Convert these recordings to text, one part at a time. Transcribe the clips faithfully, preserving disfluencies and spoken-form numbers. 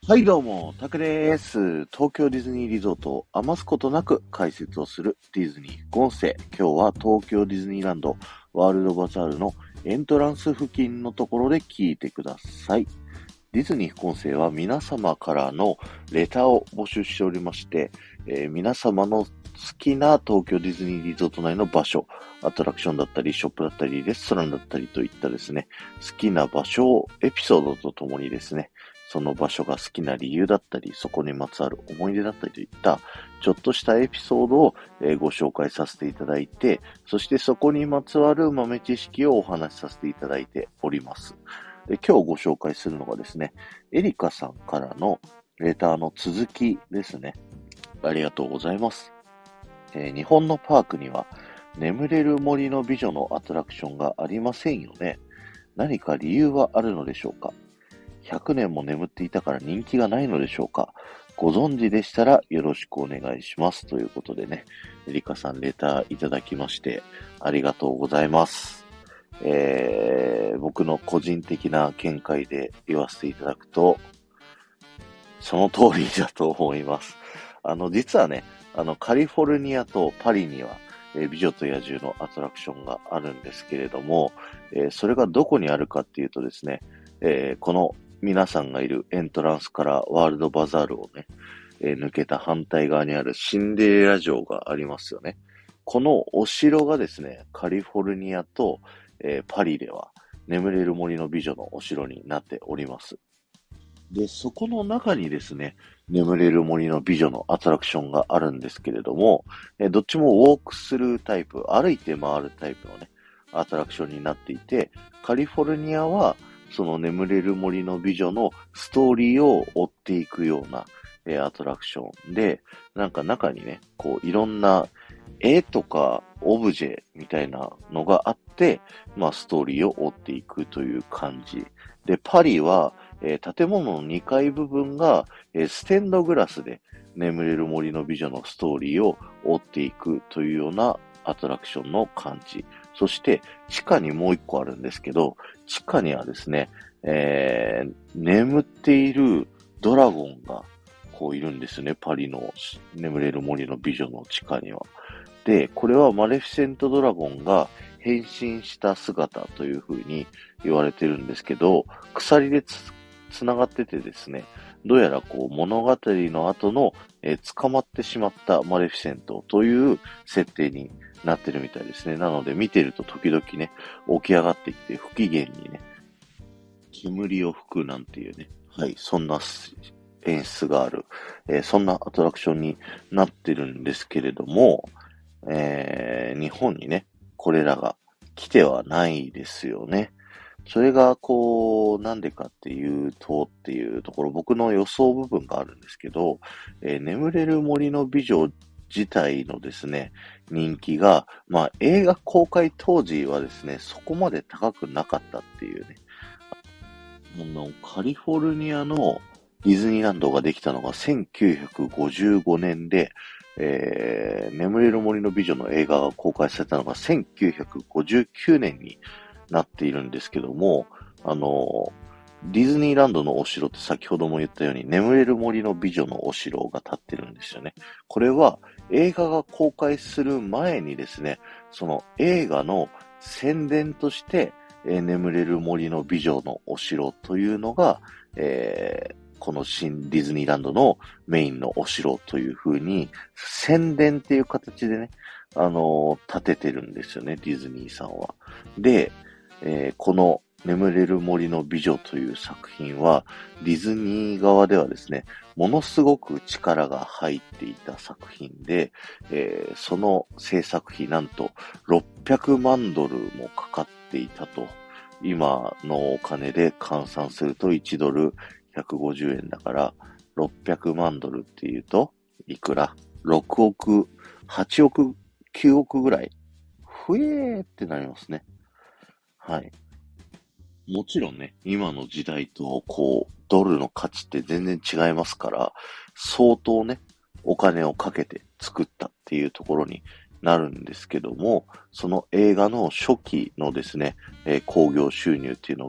はい、どうも、タクです。東京ディズニーリゾートを余すことなく解説をするディズニー副音声。今日は東京ディズニーランドワールドバザールのエントランス付近のところで聞いてください。ディズニー副音声は皆様からのレターを募集しておりまして、えー皆様の好きな東京ディズニーリゾート内の場所、アトラクションだったり、ショップだったり、レストランだったりといったですね、好きな場所をエピソードとともにですね、その場所が好きな理由だったり、そこにまつわる思い出だったりといった、ちょっとしたエピソードを、えーご紹介させていただいて、そしてそこにまつわる豆知識をお話しさせていただいております。で今日ご紹介するのがですね、エリカさんからのレターの続きですね。ありがとうございます。えー日本のパークには眠れる森の美女のアトラクションがありませんよね。何か理由はあるのでしょうか？ ひゃく 年も眠っていたから人気がないのでしょうか？ご存知でしたらよろしくお願いします。ということでね、エリカさんレターいただきましてありがとうございます。えー、僕の個人的な見解で言わせていただくと、その通りだと思います。あの、実はね、あの、カリフォルニアとパリには、えー美女と野獣のアトラクションがあるんですけれども、えーそれがどこにあるかっていうとですね、えーこの皆さんがいるエントランスからワールドバザールをね、えー抜けた反対側にあるシンデレラ城がありますよね。このお城がですね、カリフォルニアと、えーパリでは眠れる森の美女のお城になっております。で、そこの中にですね、眠れる森の美女のアトラクションがあるんですけれども、えどっちもウォークスルータイプ、歩いて回るタイプのね、アトラクションになっていて、カリフォルニアは、その眠れる森の美女のストーリーを追っていくような、えーアトラクションで、なんか中にね、こういろんな絵とかオブジェみたいなのがあって、まあストーリーを追っていくという感じ。で、パリは、えー建物のにかい部分が、えーステンドグラスで眠れる森の美女のストーリーを追っていくというようなアトラクションの感じ。そして、地下にもう一個あるんですけど、地下にはですね、えー眠っているドラゴンがこういるんですね。パリの眠れる森の美女の地下には。で、これはマレフィセントドラゴンが変身した姿という風に言われてるんですけど、鎖でつ、つながっててですね、どうやらこう物語の後の、えー捕まってしまったマレフィセントという設定になってるみたいですね。なので見てると時々ね、起き上がってきて不機嫌にね、煙を吹くなんていうね、はい、そんな演出がある、えーそんなアトラクションになってるんですけれども、えー日本にね、これらが来てはないですよね。それが、こう、なんでかっていうと、っていうところ、僕の予想部分があるんですけど、えー眠れる森の美女自体のですね、人気が、まあ、映画公開当時はですね、そこまで高くなかったっていうね、あの、カリフォルニアのディズニーランドができたのがせんきゅうひゃくごじゅうごねんで、えー、眠れる森の美女の映画が公開されたのがせんきゅうひゃくごじゅうきゅうねんになっているんですけども、あの、ディズニーランドのお城って先ほども言ったように眠れる森の美女のお城が建ってるんですよね。これは映画が公開する前にですね、その映画の宣伝として、えー眠れる森の美女のお城というのが、えーこの新ディズニーランドのメインのお城という風に宣伝っていう形でね、あのー建ててるんですよね、ディズニーさんは。で、えーこの眠れる森の美女という作品は、ディズニー側ではですね、ものすごく力が入っていた作品で、えーその制作費なんとろっぴゃくまんドルもかかっていたと。今のお金で換算するといちドルひゃくごじゅうえんだから、ろっぴゃくまんドルっていうと、いくら ?ろく 億、はちおく、きゅうおくぐらい。ふえーってなりますね。はい。もちろんね、今の時代と、こう、ドルの価値って全然違いますから、相当ね、お金をかけて作ったっていうところになるんですけども、その映画の初期のですね、えー興行収入っていうのが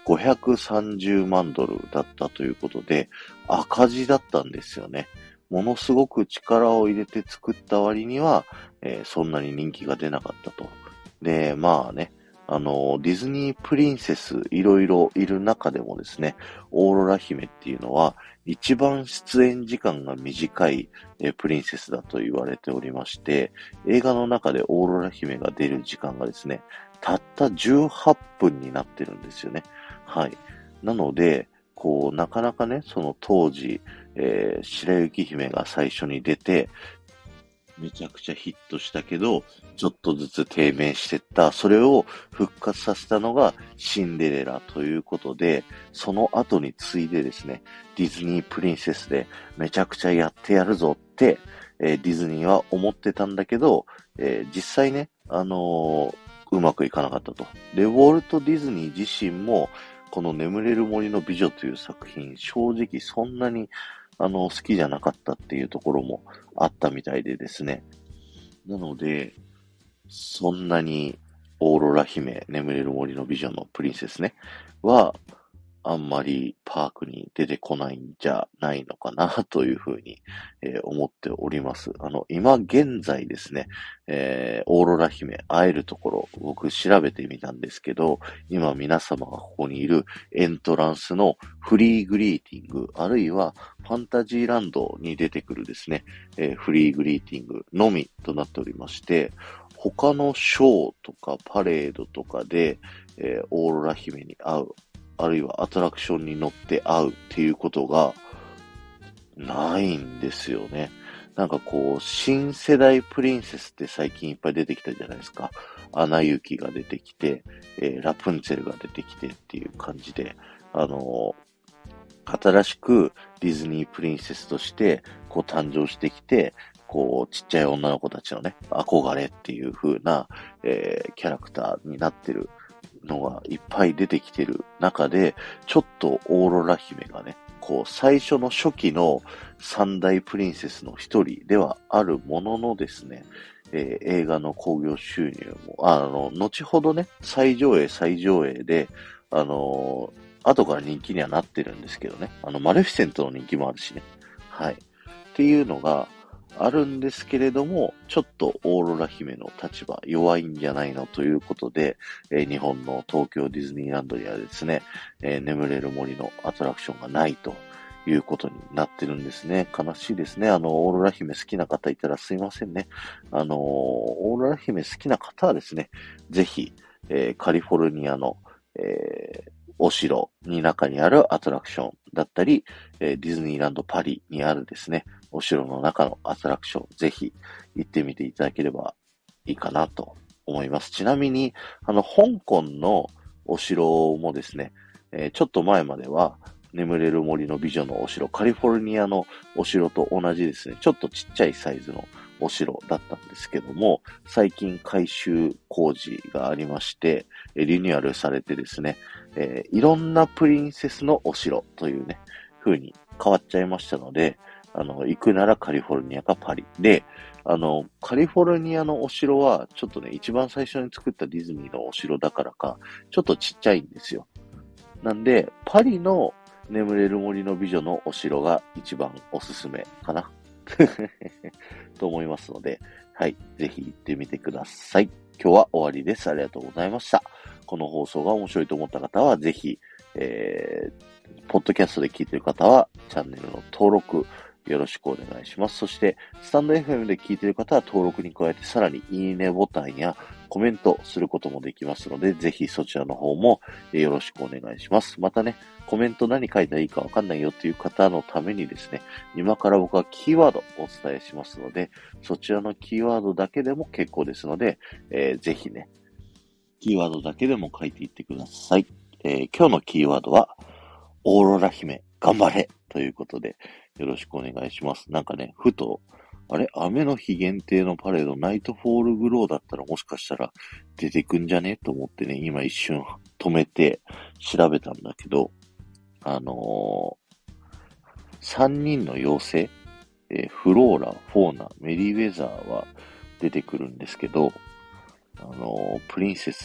ごひゃくさんじゅうまんドルだったということで、赤字だったんですよね。ものすごく力を入れて作った割には、えーそんなに人気が出なかったと。で、まあね、あの、ディズニープリンセスいろいろいる中でもですね、オーロラ姫っていうのは一番出演時間が短い、えープリンセスだと言われておりまして、映画の中でオーロラ姫が出る時間がですね、たったじゅうはっぷんになってるんですよね。はい。なので、こう、なかなかね、その当時、えー白雪姫が最初に出て、めちゃくちゃヒットしたけど、ちょっとずつ低迷してった。それを復活させたのがシンデレラということで、その後に次いでですね、ディズニープリンセスでめちゃくちゃやってやるぞって、えーディズニーは思ってたんだけど、えー実際ね、あのーうまくいかなかったと。で、ウォルト・ディズニー自身も、この眠れる森の美女という作品、正直そんなにあの、好きじゃなかったっていうところもあったみたいでですね。なので、そんなにオーロラ姫、眠れる森の美女のプリンセスね、は、あんまりパークに出てこないんじゃないのかなというふうに、えー思っております。あの、今現在ですね、えーオーロラ姫会えるところ、僕調べてみたんですけど、今皆様がここにいるエントランスのフリーグリーティング、あるいはファンタジーランドに出てくるですね、えーフリーグリーティングのみとなっておりまして、他のショーとかパレードとかで、えーオーロラ姫に会う、あるいはアトラクションに乗って会うっていうことがないんですよね。なんかこう、新世代プリンセスって最近いっぱい出てきたじゃないですか。アナ雪が出てきて、えーラプンツェルが出てきてっていう感じで、あのー新しくディズニープリンセスとして、こう誕生してきて、こう、ちっちゃい女の子たちのね、憧れっていう風な、えーキャラクターになってるのがいっぱい出てきてる中で、ちょっとオーロラ姫がね、こう、最初の初期の三大プリンセスの一人ではあるもののですね、えー映画の興行収入も、あの、後ほどね、最上映最上映で、あのー後から人気にはなってるんですけどね、あの、マレフィセントの人気もあるしね、はい。っていうのが、あるんですけれども、ちょっとオーロラ姫の立場弱いんじゃないのということで、えー日本の東京ディズニーランドにはですね、えー眠れる森のアトラクションがないということになってるんですね。悲しいですね。あの、オーロラ姫好きな方いたらすいませんね。あのーオーロラ姫好きな方はですね、ぜひ、えーカリフォルニアの、えーお城に中にあるアトラクションだったり、えーディズニーランドパリにあるですね、お城の中のアトラクション、ぜひ行ってみていただければいいかなと思います。ちなみに、あの、香港のお城もですね、えーちょっと前までは、眠れる森の美女のお城、カリフォルニアのお城と同じですね、ちょっとちっちゃいサイズのお城だったんですけども、最近改修工事がありまして、えーリニューアルされてですね、えーいろんなプリンセスのお城というね、風に変わっちゃいましたので、あの、行くならカリフォルニアかパリ。で、あの、カリフォルニアのお城は、ちょっとね、一番最初に作ったディズニーのお城だからか、ちょっとちっちゃいんですよ。なんで、パリの眠れる森の美女のお城が一番おすすめかな。と思いますので、はい、ぜひ行ってみてください。今日は終わりです。ありがとうございました。この放送が面白いと思った方は、ぜひ、えー、ポッドキャストで聞いている方は、チャンネルの登録、よろしくお願いします。そして、スタンド エフエム で聞いている方は登録に加えて、さらにいいねボタンやコメントすることもできますので、ぜひそちらの方もよろしくお願いします。またね、コメント何書いたらいいかわかんないよっていう方のためにですね、今から僕はキーワードをお伝えしますので、そちらのキーワードだけでも結構ですので、えーぜひね、キーワードだけでも書いていってください。えー今日のキーワードは、オーロラ姫、頑張れということで、よろしくお願いします。なんかね、ふと、あれ雨の日限定のパレード、ナイトフォールグローだったらもしかしたら出てくんじゃねと思ってね、今一瞬止めて調べたんだけど、あのー、さんにんの妖精、えーフローラ、フォーナ、メリーウェザーは出てくるんですけど、あのープリンセス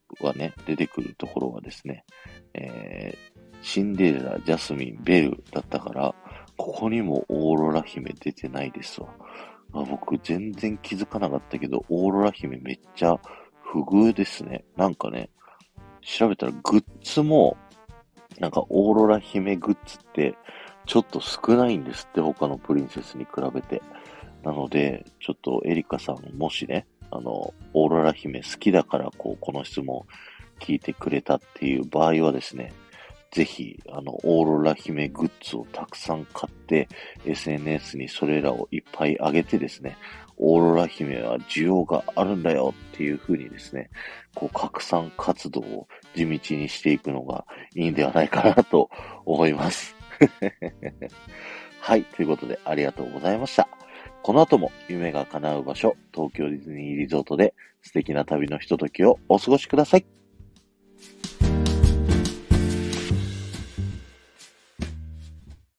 がね、出てくるところがですね、えー、シンデレラ、ジャスミン、ベルだったから、ここにもオーロラ姫出てないですわ。あ、僕全然気づかなかったけど、オーロラ姫めっちゃ不遇ですね。なんかね、調べたらグッズも、なんかオーロラ姫グッズってちょっと少ないんですって、他のプリンセスに比べて。なので、ちょっとエリカさんもしね、あの、オーロラ姫好きだからこう、この質問聞いてくれたっていう場合はですね、ぜひ、あの、オーロラ姫グッズをたくさん買って、エスエヌエス にそれらをいっぱい上げてですね、オーロラ姫は需要があるんだよっていう風にですね、こう、拡散活動を地道にしていくのがいいんではないかなと思います。はい、ということでありがとうございました。この後も夢が叶う場所、東京ディズニーリゾートで素敵な旅のひとときをお過ごしください。